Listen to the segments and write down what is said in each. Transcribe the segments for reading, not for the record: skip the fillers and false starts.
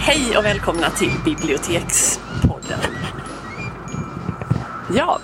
Hej och välkomna till Bibliotekspodden. Ja,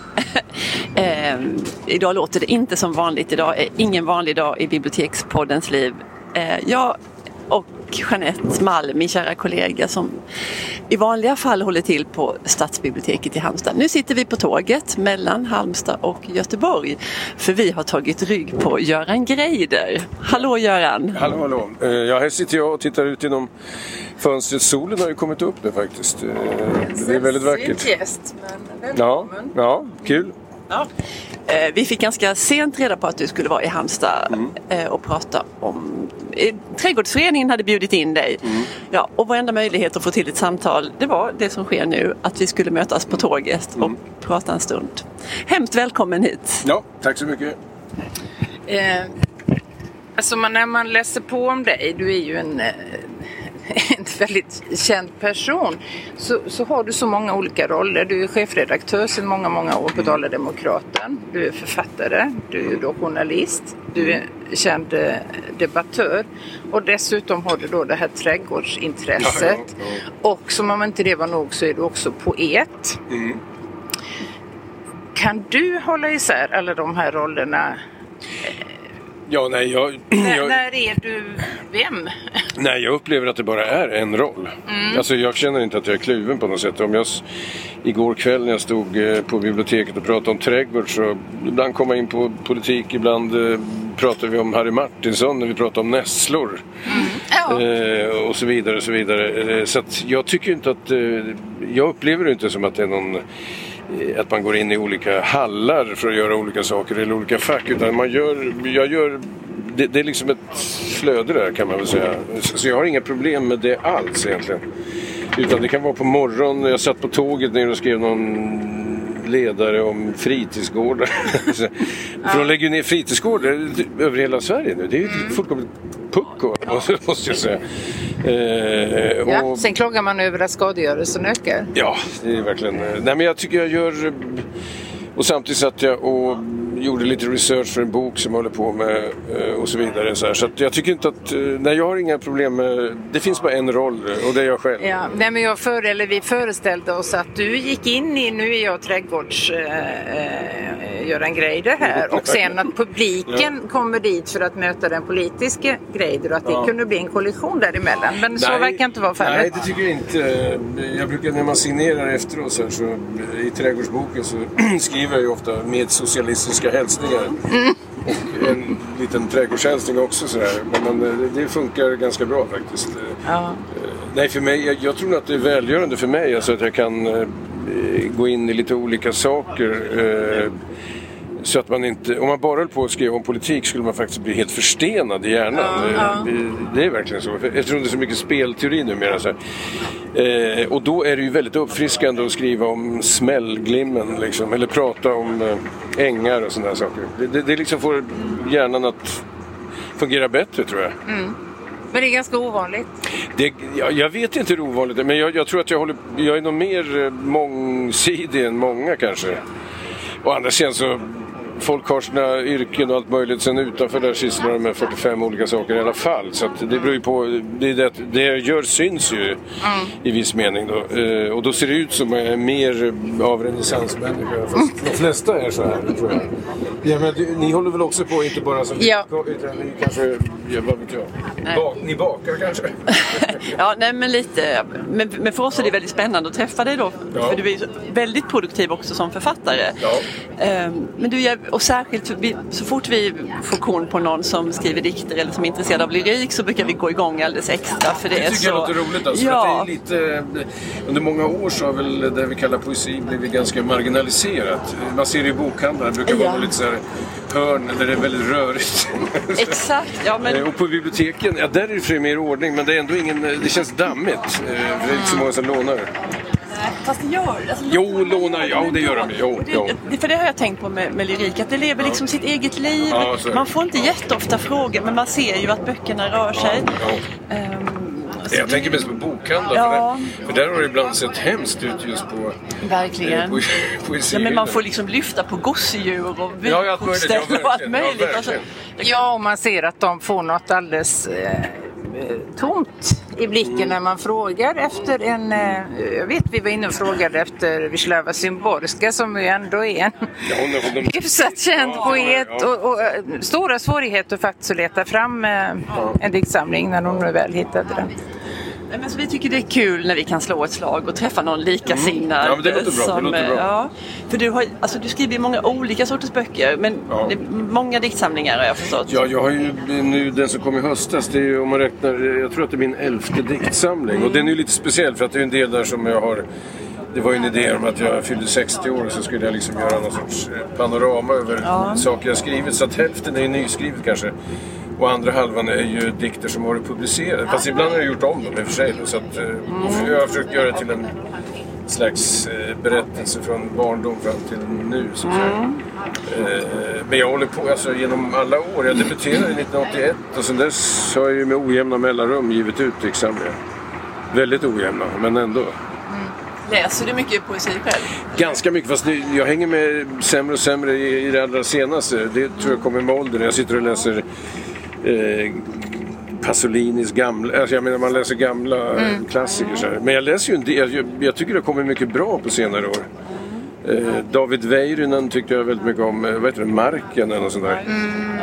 idag låter det inte som vanligt. Idag är ingen vanlig dag i Bibliotekspoddens liv. Jag och Jeanette Malm, min kära kollega som i vanliga fall håller till på Stadsbiblioteket i Halmstad. Nu sitter vi på tåget mellan Halmstad och Göteborg för vi har tagit rygg på Göran Greider. Hallå Göran! Hallå! Ja, här sitter jag och tittar ut genom fönstret. Solen har ju kommit upp nu faktiskt. Det är väldigt vackert. Gäst, men välkommen. Ja, kul. Ja. Vi fick ganska sent reda på att du skulle vara i Halmstad och prata om... Trädgårdsföreningen hade bjudit in dig. Ja, och vår enda möjlighet att få till ett samtal, det var det som sker nu. Att vi skulle mötas på tåget och prata en stund. Hemskt välkommen hit. Ja, tack så mycket. Alltså när man läser på om dig, du är ju en väldigt känd person, så har du så många olika roller. Du är chefredaktör sedan många år på Dala-Demokraten. Du är författare, du är då journalist, du är känd debattör och dessutom har du då det här trädgårdsintresset. Och som om inte det var nog så är du också poet. Kan du hålla isär alla de här rollerna? Ja, nej, När är du vem? Nej, jag upplever att det bara är en roll. Alltså jag känner inte att jag är kluven på något sätt. Om jag igår kväll när jag stod på biblioteket och pratade om trädgård så ibland kom jag in på politik, ibland pratar vi om Harry Martinsson när vi pratar om nässlor. Och så vidare och så vidare. Så att jag tycker inte att jag upplever det inte som att det är någon att man går in i olika hallar för att göra olika saker eller olika fack, utan det är liksom ett flöde där kan man väl säga. Så jag har inga problem med det alls egentligen. Utan det kan vara på morgonen när jag satt på tåget ner och skrev någon ledare om fritidsgårdar. För de lägger ju ner fritidsgårdar över hela Sverige nu. Det är ju fullkomligt pucko, måste jag säga. Och sen klagar man över att skadegörelsen ökar. Ja, det är verkligen... Nej, men jag tycker jag gör... Och samtidigt satt jag och gjorde lite research för en bok som jag håller på med och så vidare. Så att jag tycker inte att... Nej, jag har inga problem med... Det finns bara en roll och det är jag själv. Ja, nej, men vi föreställde oss att du gick in i... Nu är jag Göran Greider här. Och sen att publiken kommer dit för att möta den politiska Greider. Och att det kunde bli en kollision däremellan. Men så verkar inte vara fallet. Nej, det tycker jag inte. Jag brukar, när man signerar efteråt så i trädgårdsboken så skriver jag ju ofta med socialistiska hälsningar. Och en liten trädgårdshälsning också sådär. Men det funkar ganska bra faktiskt. Nej, för mig, jag tror att det är välgörande för mig alltså att jag kan gå in i lite olika saker så att man inte, om man bara höll på att skriva om politik skulle man faktiskt bli helt förstenad i hjärnan. Det är verkligen så. Eftersom det är så mycket spelteori numera så och då är det ju väldigt uppfriskande att skriva om smällglimmen liksom, eller prata om ängar och sådana här saker. Det liksom får hjärnan att fungera bättre, tror jag. Men det är ganska ovanligt. Jag vet inte hur ovanligt det är, men jag tror att jag är nog mer mångsidig än många kanske. Och andra sidan så folk har sina yrken och allt möjligt, sen utanför där sysslar de med 45 olika saker i alla fall. Så att det beror ju på, det jag gör syns ju i viss mening då. Och då ser det ut som är mer av renässansmänniska. Fast de flesta är så här, tror jag. Ja, men ni håller väl också på, inte bara som utan ni kanske, vad vet jag, ni bakar kanske? Ja, nej men lite. Men för oss är det väldigt spännande att träffa dig då. Ja. För du är väldigt produktiv också som författare. Ja. Men du är, och särskilt så fort vi får korn på någon som skriver dikter eller som är intresserad av lyrik så brukar vi gå igång alldeles extra. För det tycker så... jag låter roligt alltså. Ja. För det är lite, under många år så har väl det vi kallar poesi blivit ganska marginaliserat. Man ser det i bokhandlar, det brukar vara lite så här hörn där det är väldigt rörigt. Exakt, ja men... Och på biblioteken, där är det för mer ordning, men det är ändå det känns dammigt. För det är inte så många som lånar. Fast det gör det. Alltså, det gör de. För det har jag tänkt på med lyrik, att det lever liksom sitt eget liv. Ja, man får inte jätteofta frågor, men man ser ju att böckerna rör sig. Jag tänker mest på bokhandlar, för där har det ibland sett hemskt ut just på... Verkligen. Poesi. Men man får liksom lyfta på gosedjur och vykortställ och allt möjligt. Ja, och man ser att de får något alldeles tomt i blicken när man frågar efter en... jag vet, vi var inne och frågade efter Wisława Szymborska som ju ändå är en hyfsat känd poet och stora svårigheter faktiskt att leta fram en diktsamling när de nu väl hittade den. Men så vi tycker det är kul när vi kan slå ett slag och träffa någon likasinnad. Ja, men det låter bra. Ja, för du skriver många olika sorters böcker, men det är många diktsamlingar har jag förstått. Ja, jag har ju nu den som kom i höstas, det är ju, om man räknar, jag tror att det är min 11:e diktsamling. Och den är ju lite speciell för att det är en del där som jag har... Det var ju en idé om att jag fyllde 60 år och så skulle jag liksom göra någon sorts panorama över saker jag skrivit. Så att hälften är nyskrivet kanske. Och andra halvan är ju dikter som har publicerade. Fast ibland har jag gjort om dem i och för sig. Så att, jag har försökt göra det till en slags berättelse från barndom fram till nu. Så att säga. Men jag håller på alltså, genom alla år. Jag debuterade 1981 och sen dess har jag ju med ojämna mellanrum givit ut diktsamlingar. Väldigt ojämna, men ändå. Läser du mycket poesi själv? Ganska mycket, fast jag hänger med sämre och sämre i det allra senaste. Det tror jag kommer med åldern. Jag sitter och läser Pasolinis gamla... Alltså jag menar, man läser gamla klassiker. Så här. Men jag läser ju en del. Jag tycker det kommer mycket bra på senare år. David Väyrynen tyckte jag väldigt mycket om. Vad heter det? Marken eller något sånt där.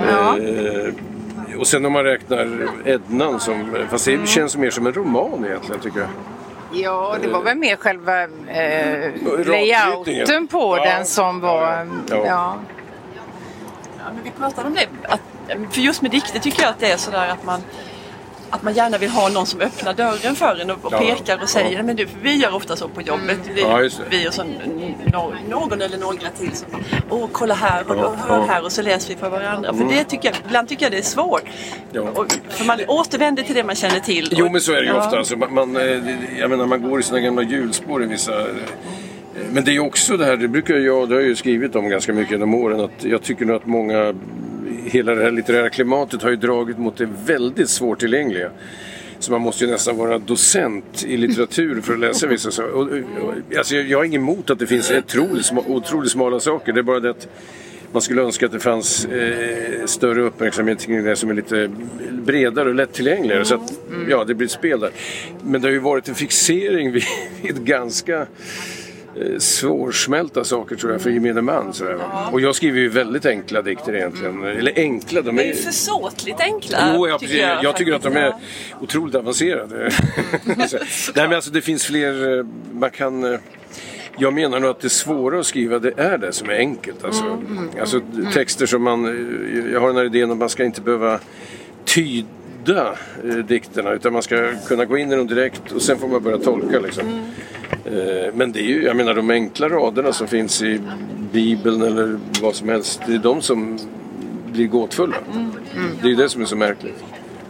Och sen om man räknar Ednan som... Fast det känns mer som en roman egentligen, tycker jag. Ja, det var väl mer själva layouten på den som var... Ja, men vi pratade om det. För just med dikter tycker jag att det är sådär att man gärna vill ha någon som öppnar dörren för en och pekar och säger men du, för vi gör ofta så på jobbet. Vi och så någon eller några till som kolla här och hör här och så läser vi för varandra. För det ibland tycker jag det är svårt. För man återvänder till det man känner till. Jo, men så är det ju ofta. Alltså, jag menar, man går i sina gamla hjulspår i vissa... Men det är också det här, det har jag ju skrivit om ganska mycket genom åren, att jag tycker nog att många, hela det här litterära klimatet har ju dragit mot det väldigt svårtillgängliga. Så man måste ju nästan vara docent i litteratur för att läsa vissa saker. Alltså jag har ingen emot att det finns otroligt smala saker, det är bara det att man skulle önska att det fanns större uppmärksamhet kring det som är lite bredare och lättillgängligare. Så att, det blir ett spel där. Men det har ju varit en fixering vid ganska... svårsmälta saker tror jag för gemene man. Och jag skriver ju väldigt enkla dikter egentligen. Eller enkla, de är ju försåtligt enkla. Jo, jag tycker att de är otroligt avancerade. Nej, men alltså det finns fler, man kan... Jag menar nog att det svåra att skriva, det är det som är enkelt. Alltså texter som jag har den här idén om man ska inte behöva tyda dikterna, utan man ska kunna gå in i dem direkt och sen får man börja tolka liksom. Men det är ju, jag menar, de enkla raderna som finns i Bibeln eller vad som helst, det är de som blir gåtfulla. Det är ju det som är så märkligt.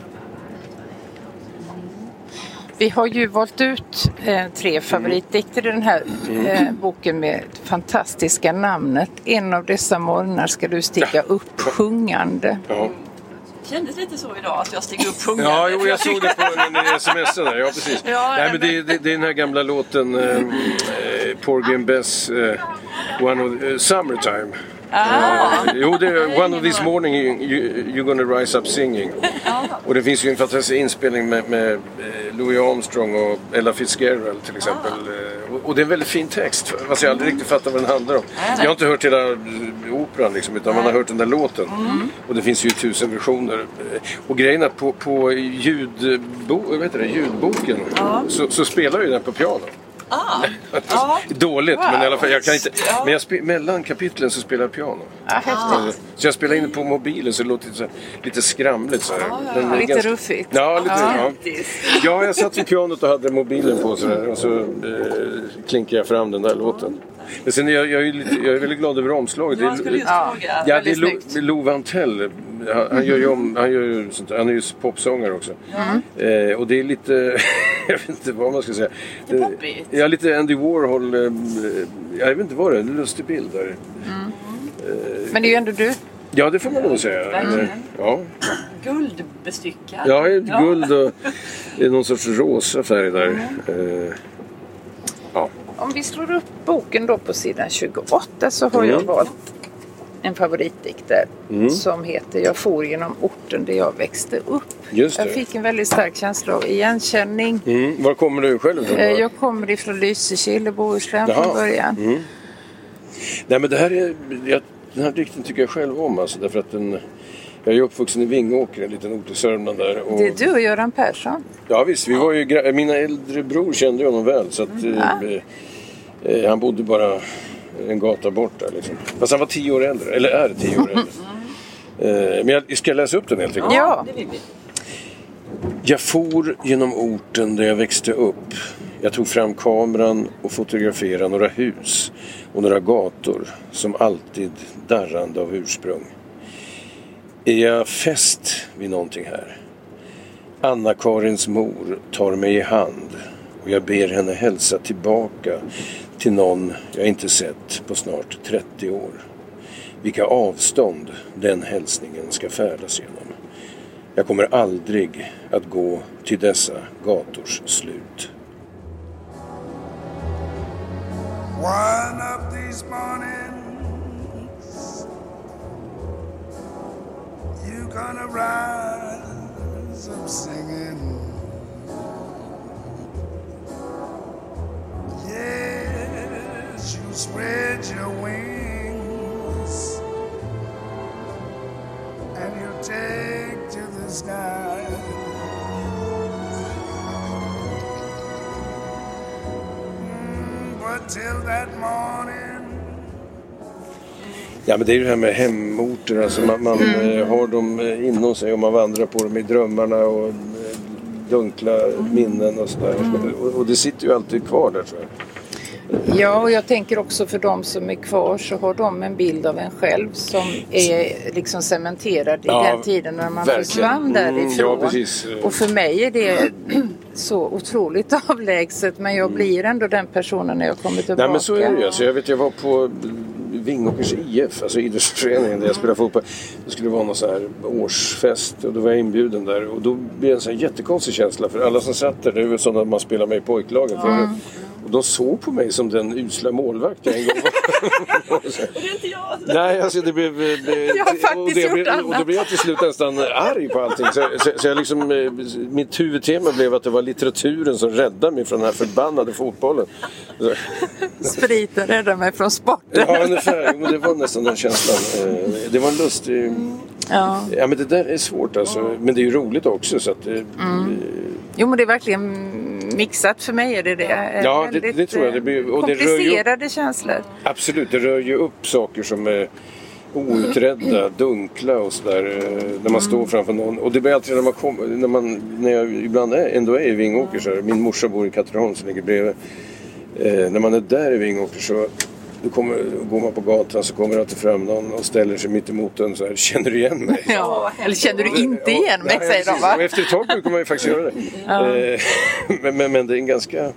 Vi har ju valt ut 3 favoritdikter i den här boken med fantastiska namnet. En av dessa morgnar ska du stiga upp sjungande. Ja. Det kändes lite så idag att jag steg upp sjungande. Ja, jo, jag såg det på en sms där. Ja, precis. Nej, men det är den här gamla låten Porgy and Bess Summertime. Jo, det är One of These Morning You're gonna rise up singing. Och det finns ju en fantastisk inspelning med Louis Armstrong och Ella Fitzgerald till exempel. Och det är en väldigt fin text, fast jag aldrig riktigt fattar vad den handlar om. Jag har inte hört hela operan liksom, utan man har hört den där låten. Och det finns ju 1000 versioner. Och grejen är att på ljudboken så spelar ju den på piano. Dåligt, men i alla fall jag kan inte. Men mellan kapitlen så spelar jag piano. Så jag spelar in på mobilen så det låter lite skramligt så här. Lite ruffigt. Ja, lite. Ja, jag satt vid pianot och hade mobilen på så där, och så klinkade jag fram den där låten. Men sen jag är väldigt glad över omslaget. Jag skulle just fråga. Ja, det är Lou Van Tell. Han är ju popsångare också. Och det är lite jag vet inte vad man ska säga. Ja, lite Andy Warhol. Jag vet inte vad det är. En lustig bild där. Men det är ju ändå du. Ja, det får man nog säga. Ja. Guldbestyckad. Ja, guld och någon sorts rosa färg där. Om vi slår upp boken då på sidan 28 så har jag valt en favoritdikt där som heter Jag for genom orten där jag växte upp. Just det. Jag fick en väldigt stark känsla av igenkänning. Var kommer du själv ifrån? Jag kommer ifrån Lysekil i Bohuslän från början. Nej, men den här dikten tycker jag själv om alltså, därför att jag är uppvuxen i Vingåker, en liten ort i Sörmland där. Och... Det är du och Göran Persson. Ja visst, vi var ju mina äldre bror kände honom väl så att han bodde bara en gata bort där liksom. Fast han var 10 år äldre, eller är 10 år äldre. Men jag ska läsa upp den helt enkelt. Ja. Jag for genom orten där jag växte upp. Jag tog fram kameran och fotograferade några hus och några gator som alltid darrande av ursprung. Är jag fäst vid någonting här? Anna-Karins mor tar mig i hand och jag ber henne hälsa tillbaka till någon jag inte sett på snart 30 år. Vilka avstånd den hälsningen ska färdas genom. Jag kommer aldrig att gå till dessa gators slut. One of these mornings you're gonna rise up singing. Yes, you spread your wings and you take to the sky. But till that morning. Ja, men det är ju det här med hemorter, alltså man har dem inom sig och man vandrar på dem i drömmarna och dunkla minnen och sådär. Och det sitter ju alltid kvar där, tror jag. Ja, och jag tänker också för de som är kvar så har de en bild av en själv som är liksom cementerad i den tiden när man försvann därifrån. Ja, precis. Och för mig är det så otroligt avlägset, men jag blir ändå den personen när jag kommer tillbaka. Nej, men så är det ju. Alltså, jag vet, jag var på Vingåkers IF, alltså idrottsföreningen där jag spelade fotboll. Det skulle vara någon så här årsfest och då var jag inbjuden där och då blev det en så här jättekonstig känsla för alla som satt där, det var sådana man spelar med i pojklagen förut. Och de såg på mig som den usla målvakt jag en gång var. Och det är inte jag. Nej, alltså det blev... Jag har faktiskt gjort annat. Och då blev jag till slut nästan arg på allting. Så jag liksom, mitt huvudtema blev att det var litteraturen som räddade mig från den här förbannade fotbollen. Så. Spriten räddade mig från sporten. Ja, ungefär. Men det var nästan den känslan. Det var en lustig... Ja, men det där är svårt alltså. Men det är ju roligt också. Så att, Jo, men det är verkligen mixat för mig. Är det ja, det tror jag. Det blir, och komplicerade det känslor. Absolut, det rör ju upp saker som är outredda, dunkla och sådär. När man står framför någon. Och det blir alltid när jag ibland ändå är i Vingåker så här. Min morsa bor i Katrineholm som ligger bredvid. När man är där i Vingåker så går man på gatan så kommer det alltid fram någon och ställer sig mitt emot en så här, känner du igen mig? Ja, eller känner du inte igen mig, säger de, va? Och efter ett tag brukar man ju faktiskt göra det. Men det är en ganska...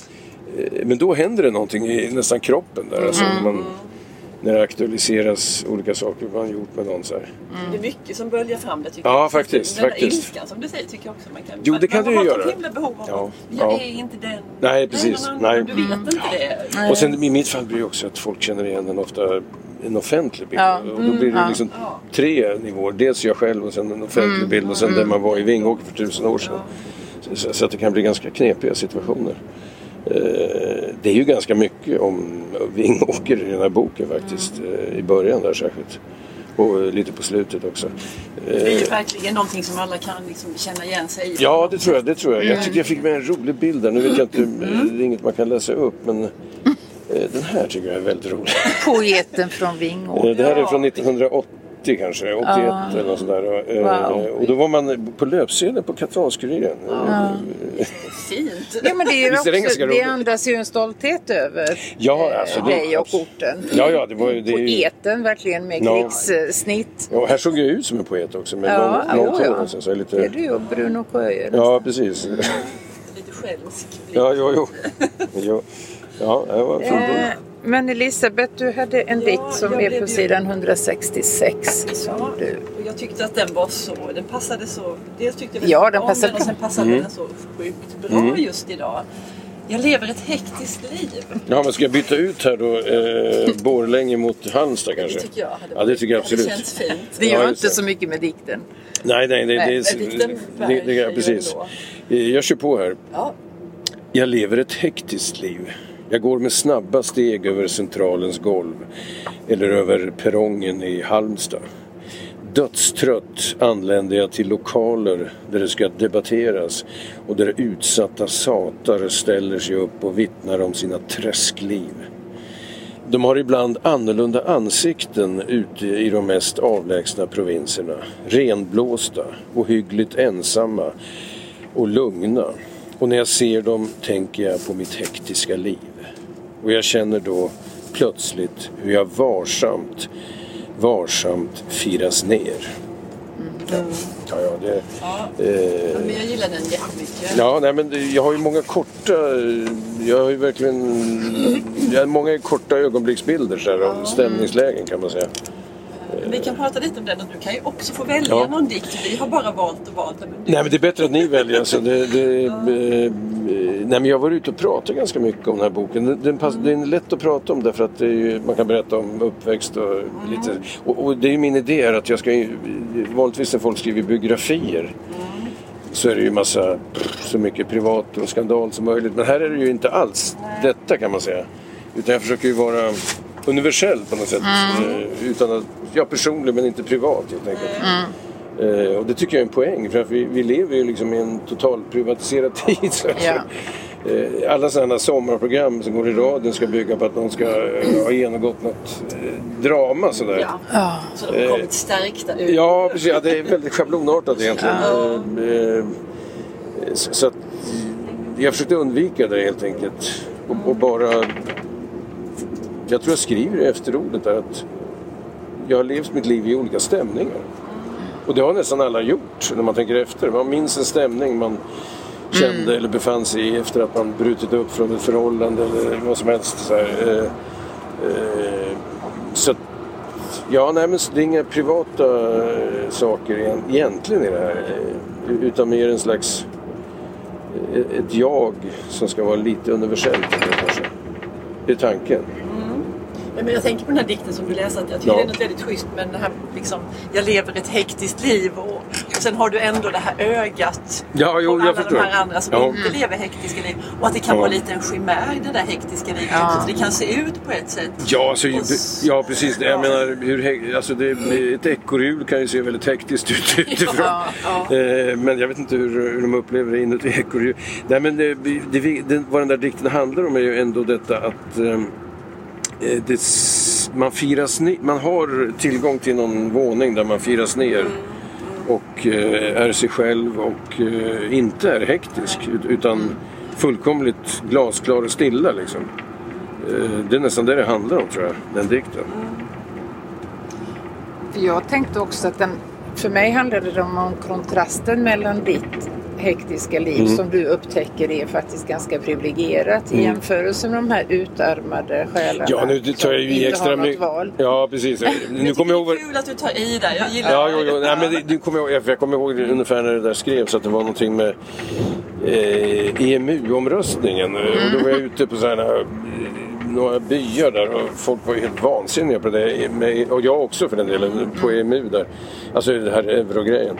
Men då händer det någonting i nästan kroppen där. Alltså, när det aktualiseras olika saker man gjort med någon så här. Det är mycket som böljar fram det, tycker jag. Ja, faktiskt. Den där ilskan som du säger tycker jag också man kan... Jo, det kan du ju göra. Man har ett himla behov av jag är inte den... Nej, precis. Nej. Du vet inte det. Och sen i mitt fall blir det också att folk känner igen en offentlig bild. Och då blir det liksom 3 nivåer. Dels jag själv och sen en offentlig bild och sen där man var i Vingåker för 1000 år sedan. Så att det kan bli ganska knepiga situationer. Det är ju ganska mycket om Vingåker i den här boken faktiskt. I början där särskilt. Och lite på slutet också. Det är ju verkligen någonting som alla kan liksom känna igen sig i. Ja, det tror jag. Jag tycker jag fick med en rolig bild där. Nu vet jag inte, det är inget man kan läsa upp. Men den här tycker jag är väldigt rolig. Poeten från Vingåker. Det här är från 1980 kanske, 81 eller något sådär. Wow. Och då var man på löpsedeln på Katalskuriren. Fint. Ja, men det är ju Visst är det ganska också, roligt? det andas ju en stolthet över alltså, dig och orten. Ja, det var ju... Poeten verkligen med krigssnitt. Ja, här såg jag ut som en poet också med långt hår. Så lite... Det är du och Bruno Sjöö. Ja, precis. Lite själsk. Ja. Ja, det var fint. Men Elisabeth, du hade en dikt som är på sidan 166 som du... Och jag tyckte att den passade så... Dels tyckte den passade. Och sen passade den så sjukt bra just idag. Jag lever ett hektiskt liv. Ja, men ska jag byta ut här då Borlänge mot Halmstad kanske? Det tycker jag. Ja, det tycker jag absolut. Det känns fint. Det gör Ja, inte så mycket med dikten. Nej, dikten precis. Jag kör på här. Ja. Jag lever ett hektiskt liv. Jag går med snabba steg över centralens golv eller över perrongen i Halmstad. Dödstrött anländer jag till lokaler där det ska debatteras och där utsatta satare ställer sig upp och vittnar om sina träskliv. De har ibland annorlunda ansikten ute i de mest avlägsna provinserna. Renblåsta och hyggligt ensamma och lugna. Och när jag ser dem tänker jag på mitt hektiska liv. Och jag känner då plötsligt hur jag varsamt firas ner. Men jag gillar den jättemycket. Ja, nej, men jag har ju många korta... Jag har ju verkligen... Jag har många korta ögonblicksbilder så här, av stämningslägen kan man säga. Vi kan prata lite om den och du kan ju också få välja någon dikt. Vi har bara valt. Nej, men det är bättre att ni väljer. Alltså, nej, men jag var ute och pratade ganska mycket om den här boken. Det är lätt att prata om därför att man kan berätta om uppväxt och lite. Och det är min idé är att jag ska... Vanligtvis när folk skriver biografier så är det ju så mycket privat och skandal som möjligt. Men här är det ju inte alls detta kan man säga. Utan jag försöker ju vara universell på något sätt. Utan att, personlig men inte privat helt enkelt. Och det tycker jag är en poäng. För att vi lever ju liksom i en total privatiserad tid. Så alla sådana sommarprogram som går i radion ska bygga på att någon ska ha genomgått något drama sådär. Ja. Så de har kommit stärkta ut. Ja, precis. Ja, det är väldigt schablonartat egentligen. Så att jag försökte undvika det helt enkelt. Och bara... Jag tror jag skriver i efterordet där att jag har levt mitt liv i olika stämningar. Och det har nästan alla gjort när man tänker efter. Man minns en stämning man kände eller befann sig i efter att man brutit upp från ett förhållande eller vad som helst. Så här. Så men det är inga privata saker egentligen i det här. Utan mer en slags ett jag som ska vara lite universellt kanske. Det är tanken. Men jag tänker på den här dikten som du läser att jag tycker det är något väldigt schysst med det här liksom, jag lever ett hektiskt liv och sen har du ändå det här ögat och alla de här andra som inte lever hektiska liv och att det kan vara lite en chimär det där hektiska livet så det kan se ut på ett sätt. Ja, precis. Jag menar, ett ekorrhjul kan ju se väldigt hektiskt ut utifrån. Men jag vet inte hur de upplever det inuti ekorrhjul. Nej, men vad den där dikten handlar om är ju ändå detta att man har tillgång till någon våning där man firas ner och är sig själv och inte är hektisk utan fullkomligt glasklar och stilla liksom. Det är nästan det handlar om tror jag, den dikten. För jag tänkte också att för mig handlade det om kontrasten mellan ditt hektiska liv som du upptäcker är faktiskt ganska privilegierat i jämförelse med de här utarmade själarna. Ja, nu tar jag ju extra mycket. Ja, precis. Nu kommer jag ihåg. Det är kul att du tar i där. Jag gillar det. Nej, men nu kommer jag kommer ihåg ungefär när det där skrevs att det var någonting med EMU-omröstningen. Och då var jag ute på sådana några byar där och folk var ju helt vansinniga på det. Och jag också för den delen på EMU där. Alltså det här eurogrejen.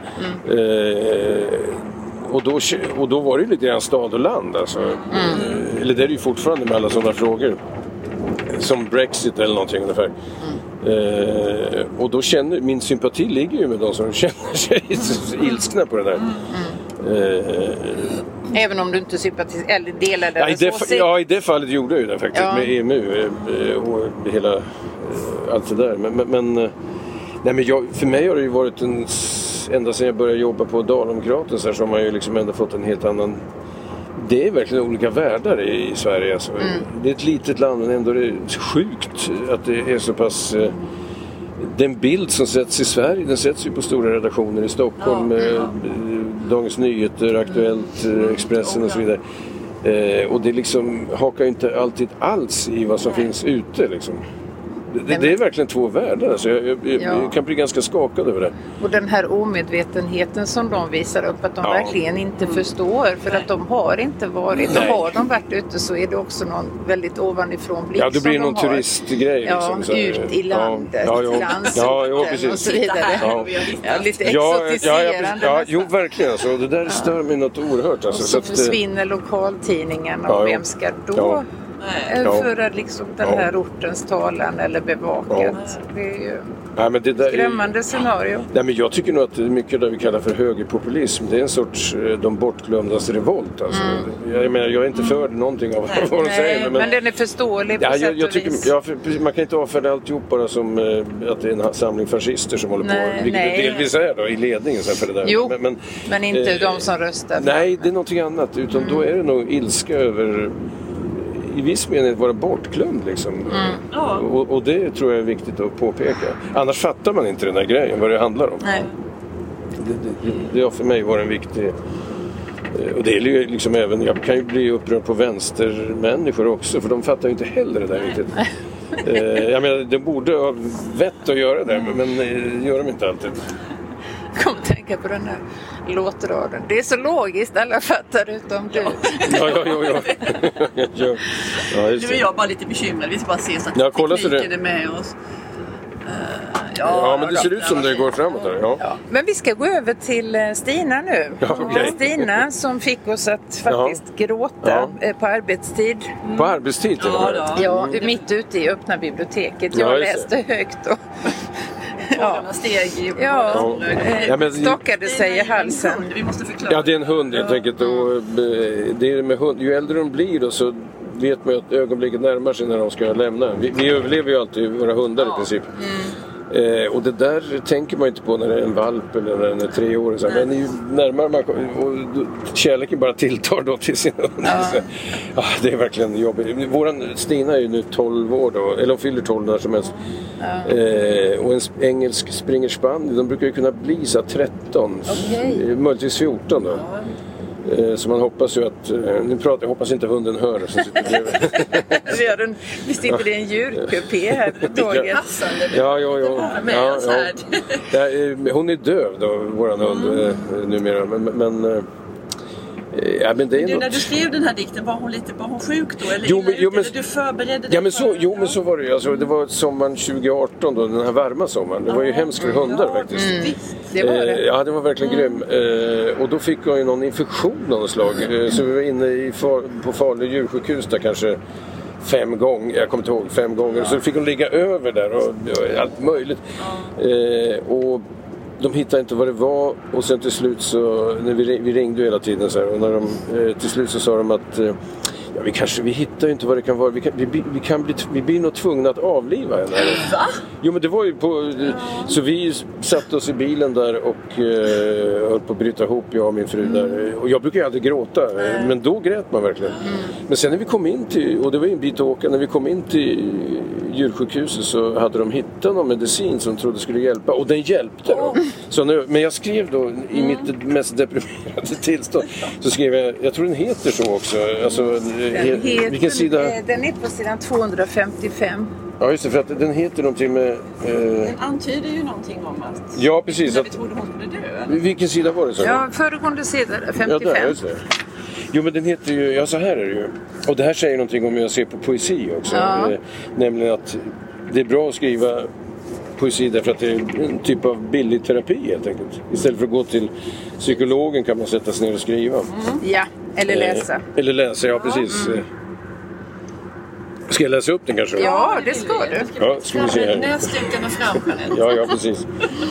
Och då var det lite grann stad och land alltså. Eller det är det ju fortfarande med alla sådana frågor som Brexit eller någonting ungefär. Och då min sympati ligger ju med de som känner sig ilskna på det där. Även om du inte sympatiserar eller delar deras åsikt? Ja, i det fallet gjorde jag ju det faktiskt med EMU och hela allt det där. Men för mig har det ju varit ända sedan jag började jobba på Dalomkraten så har man ju liksom ändå fått en helt annan... Det är verkligen olika världar i Sverige. Alltså. Det är ett litet land men ändå är det sjukt att det är så pass... Den bild som sätts i Sverige, den sätts ju på stora redaktioner i Stockholm. Dagens Nyheter, Aktuellt, Expressen och så vidare. Och det liksom hakar ju inte alltid alls i vad som finns ute liksom. Det är verkligen två världar. Alltså jag kan bli ganska skakad över det. Och den här omedvetenheten som de visar upp, att de verkligen inte förstår, för att de har inte varit. Och har de varit ute så är det också någon väldigt ovanifrån blick. Ja, det blir någon turistgrej. Liksom, så ut i landet, till ansikten och så vidare. Lite exotiserande. Jo, verkligen. Alltså, det där stör mig något oerhört. Alltså, och så försvinner lokaltidningen och vem ska då föra liksom den här ortens talan eller bevakat. Det är ju skrämmande scenario. Nej, men jag tycker nog att det är mycket det vi kallar för högerpopulism. Det är en sorts de bortglömdas revolt. Alltså. Jag menar, jag är inte för någonting av vad de säger. Men den är förståelig på sätt och vis. Man kan inte avfärda alltihop bara som att det är en samling fascister som håller på. Vilket det delvis är då, i ledningen för det där. Jo, men inte de som röstar. Nej, det är någonting annat. Utan då är det nog ilska över... i viss mening vara bortglömd liksom. Och det tror jag är viktigt att påpeka. Annars fattar man inte den här grejen, vad det handlar om. Nej. Det har för mig varit en viktig... Och det är ju liksom även... Jag kan ju bli upprörd på vänstermänniskor också, för de fattar ju inte heller det där riktigt. Jag menar, de borde ha vett att göra det, men gör de inte alltid. Kom tänka på den här låtraden. Det är så logiskt, alla fattar utom du. Nu är jag bara lite bekymrad. Vi ska bara se så att tekniken är med oss. Men det ser ut som det går framåt här. Ja. Men vi ska gå över till Stina nu. Stina som fick oss att faktiskt gråta på arbetstid. På arbetstid? Ja, mitt ute i öppna biblioteket. Jag läste högt och... steg stockade sig i halsen. Vi måste förklara. Ja, det är en hund helt enkelt. Och det är med hund. Ju äldre de blir då, så vet man att ögonblicket närmar sig när de ska lämna. Vi överlever ju alltid våra hundar i princip. Och det där tänker man inte på när det är en valp eller när den är 3 år. Så. Men ju närmare man kommer, och kärleken bara tilltar då till sin hund. Det är verkligen jobbigt. Våran Stina är ju nu 12 år då, eller hon fyller 12 när som helst. Och en engelsk springer spann, de brukar ju kunna bli så 13, möjligtvis 14 då. Så man hoppas ju att... jag hoppas inte hunden hör som sitter bredvid. Vi sitter i en djurkupé här på tåget. Hon är döv då, våran hund numera. Men det är när du skrev den här dikten, var hon sjuk då? Eller du förberedde dig? Men så var det ju. Alltså, det var sommaren 2018 då, den här varma sommaren. Det var ju hemskt för hundar faktiskt. Det var det. Ja, det var verkligen grym. Och då fick hon ju någon infektion av något slag. Så vi var inne på Falu djursjukhus där kanske 5 gånger. Jag kommer inte ihåg 5 gånger. Så fick hon ligga över där och allt möjligt. Och de hittade inte vad det var, och sen till slut så, när vi ringde hela tiden så här, och när de till slut så sa de att vi hittar ju inte vad det kan vara. Vi blir nog tvungna att avliva henne. Va? Jo, men det var ju så vi satte oss i bilen där och höll på att bryta ihop, jag och min fru där. Och jag brukar ju aldrig gråta, men då grät man verkligen. Men sen när vi kom in till, och det var ju en bit att åka, när vi kom in till djursjukhuset så hade de hittat någon medicin som trodde skulle hjälpa, och den hjälpte då. Så men jag skrev då i mitt mest deprimerade tillstånd, så skrev jag tror den heter så också, alltså vilken sida? Den är på sidan 255. Ja, just det, för att den heter någonting med... Den antyder ju någonting om att... Ja, precis. När vi trodde hon skulle dö. Vilken sida var det så? Ja, föregående sida, 55. Ja, där, just det. Jo, men den heter ju... så här är det ju. Och det här säger någonting om jag ser på poesi också. Nämligen att det är bra att skriva poesi därför att det är en typ av billig terapi helt enkelt. Istället för att gå till psykologen kan man sätta sig ner och skriva. Ja, eller läsa. Eller läsa, ja precis. Ska jag läsa upp den kanske? Ja, det ska du. Ja, ska vi se här. Näsdukarna fram, Jeanette. Ja, precis.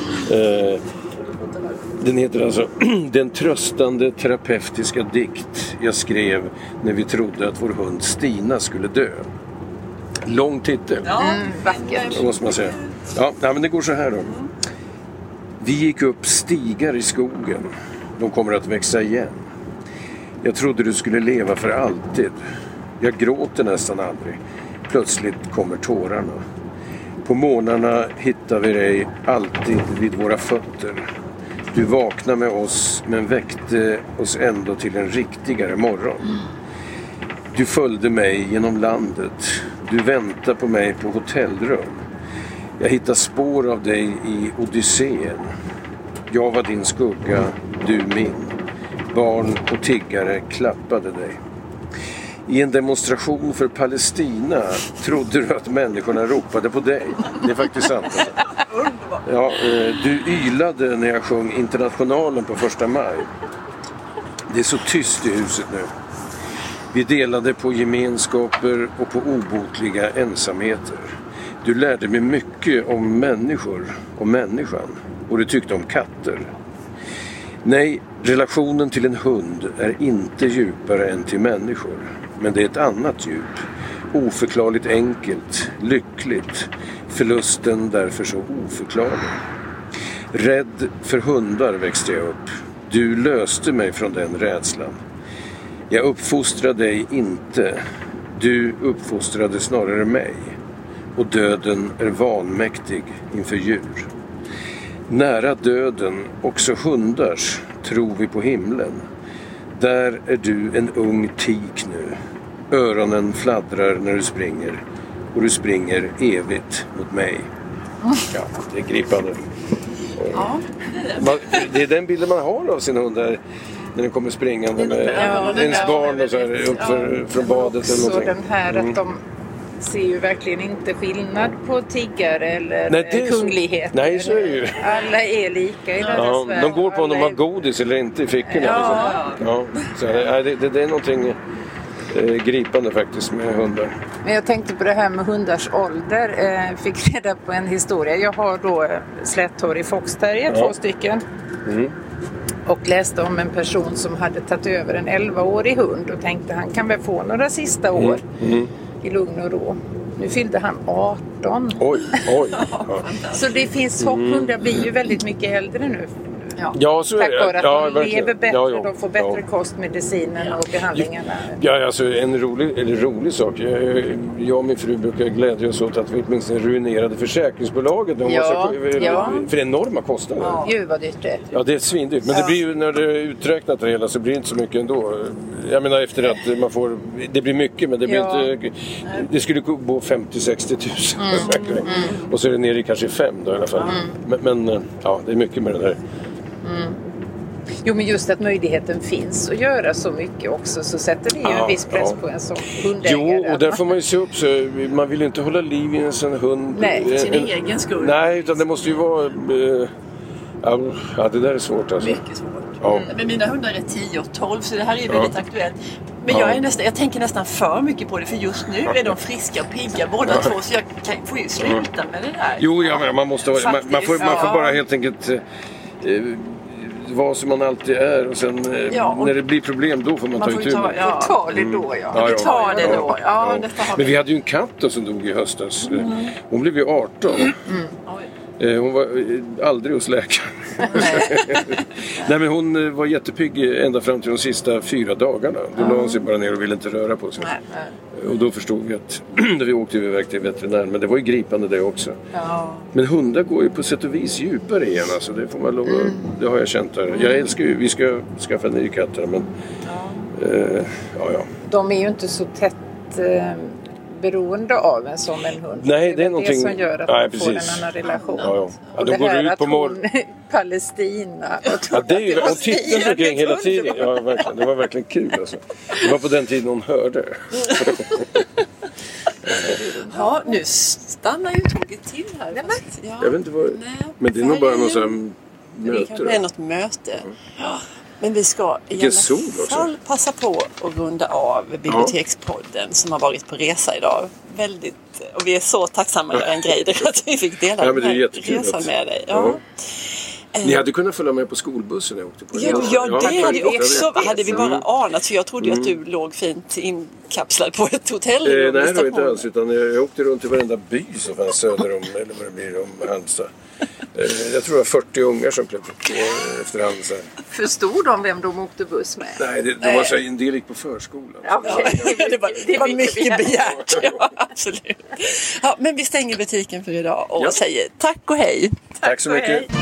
Den heter alltså Den tröstande terapeutiska dikt jag skrev när vi trodde att vår hund Stina skulle dö. Lång titel. Vackert. Det måste man säga. Ja, men det går så här då. Vi gick upp stigar i skogen. De kommer att växa igen. Jag trodde du skulle leva för alltid. Jag gråter nästan aldrig. Plötsligt kommer tårarna. På morgnarna hittar vi dig alltid vid våra fötter. Du vaknar med oss men väckte oss ändå till en riktigare morgon. Du följde mig genom landet. Du väntade på mig på hotellrum. Jag hittar spår av dig i Odysseen. Jag var din skugga, du min. Barn och tiggare klappade dig. I en demonstration för Palestina trodde du att människorna ropade på dig. Det är faktiskt sant. Alltså. Ja, du ylade när jag sjöng Internationalen på 1 maj. Det är så tyst i huset nu. Vi delade på gemenskaper och på obotliga ensamheter. Du lärde mig mycket om människor och människan. Och du tyckte om katter. Nej, relationen till en hund är inte djupare än till människor. Men det är ett annat djup. Oförklarligt enkelt, lyckligt. Förlusten därför så oförklarlig. Rädd för hundar växte jag upp. Du löste mig från den rädslan. Jag uppfostrade dig inte. Du uppfostrade snarare mig. Och döden är vanmäktig inför djur. Nära döden, också hundars, tror vi på himlen. Där är du en ung tik nu. Öronen fladdrar när du springer. Och du springer evigt mot mig. Ja, det är gripande. Ja. Det är den bilden man har av sina hundar. När den kommer springande med ens barn och så här upp från badet. Så eller den här att de ser ju verkligen inte skillnad på tiggare eller kungligheter. Nej, så är det ju. Alla är lika i ja, de går på om de har godis eller inte i fickorna. Ja. Liksom. Ja. Så det är någonting gripande faktiskt med hundar. Men jag tänkte på det här med hundars ålder. Fick reda på en historia. Jag har då slätthårig foxterrier, 2 stycken. Mm. Och läste om en person som hade tagit över en 11-årig hund och tänkte han kan väl få några sista år i lugn och ro. Nu fyllde han 18. Oj. Ja. Så det finns hopp. Hundar blir ju väldigt mycket äldre nu. Ja, så tack är det. vare att de lever bättre, de får bättre kostmediciner och behandlingarna. Ja, alltså en rolig sak. Jag och min fru brukar glädja oss åt att vi åtminstone ruinerade försäkringsbolaget. För enorma kostnader. Gud vad dyrt det är. Ja, det är svindyrt. Men det blir ju, när det är uträknat det hela så blir det inte så mycket ändå. Jag menar efter att man får, det blir mycket men det blir inte, det skulle gå 50-60 tusen. Och så är det nere i kanske 5 då i alla fall. Men ja, det är mycket med det där. Jo, men just att möjligheten finns att göra så mycket också, så sätter det ju en viss press på en sån hundägare. Jo, och där får man ju se upp så man vill inte hålla liv i en sån hund. Nej, sin egen skull. Nej, utan det måste ju vara det där är svårt alltså. Mycket svårt. Ja. Men mina hundar är 10 och 12 så det här är väldigt aktuellt. Men jag tänker nästan för mycket på det, för just nu är de friska och pigga båda två, så jag får ju sluta med det där. Jo, men man måste man får bara helt enkelt vad som man alltid är och sen när det blir problem då får man ta itu med. Ja, ta det då, Vi tar det då. Men vi hade ju en katt då som dog i höstas. Hon blev ju 18. Hon var aldrig hos läkaren. Nej, men hon var jättepigg ända fram till de sista 4 dagarna. Då la hon sig bara ner och ville inte röra på sig. Och då förstod vi att vi åkte iväg till veterinär. Men det var ju gripande det också. Men hundar går ju på sätt och vis djupare igen. Alltså, det får man lov det har jag känt här. Jag älskar ju, vi ska skaffa en ny katt här, men de är ju inte så tätt beroende av en som en hund. Nej, det är någonting som gör att man får en annan relation. Och de det går här ut att på hon Palestina. Det är ju, hon tittar omkring hela tiden. Ja, verkligen. Det var verkligen kul alltså. Det var på den tiden hon hörde. Ja, nu stannar ju tåget till här. Jag vet inte vad. Men det är nog bara någon sån här möte. Det är något möte. Ja. Men vi ska i alla fall passa på att runda av Bibliotekspodden som har varit på resa idag. Och vi är så tacksamma för en grej att vi fick dela den här resan med dig. Ni hade kunnat följa med på skolbussen när jag åkte på den. Ja, det hade vi också. Hade vi bara anat. Så jag trodde att du låg fint inkapslad på ett hotell. Nej, det var inte alls. Utan jag åkte runt i varenda by som fanns söder om, eller vad det blir, om Halmstad. Jag tror det var 40 ungar som klev på efter Halmstad. Förstod de vem de åkte buss med? Nej, de var så en del gick på förskolan. Det var mycket begärt. Ja, absolut. Ja, men vi stänger butiken för idag och säger tack och hej. Tack så mycket.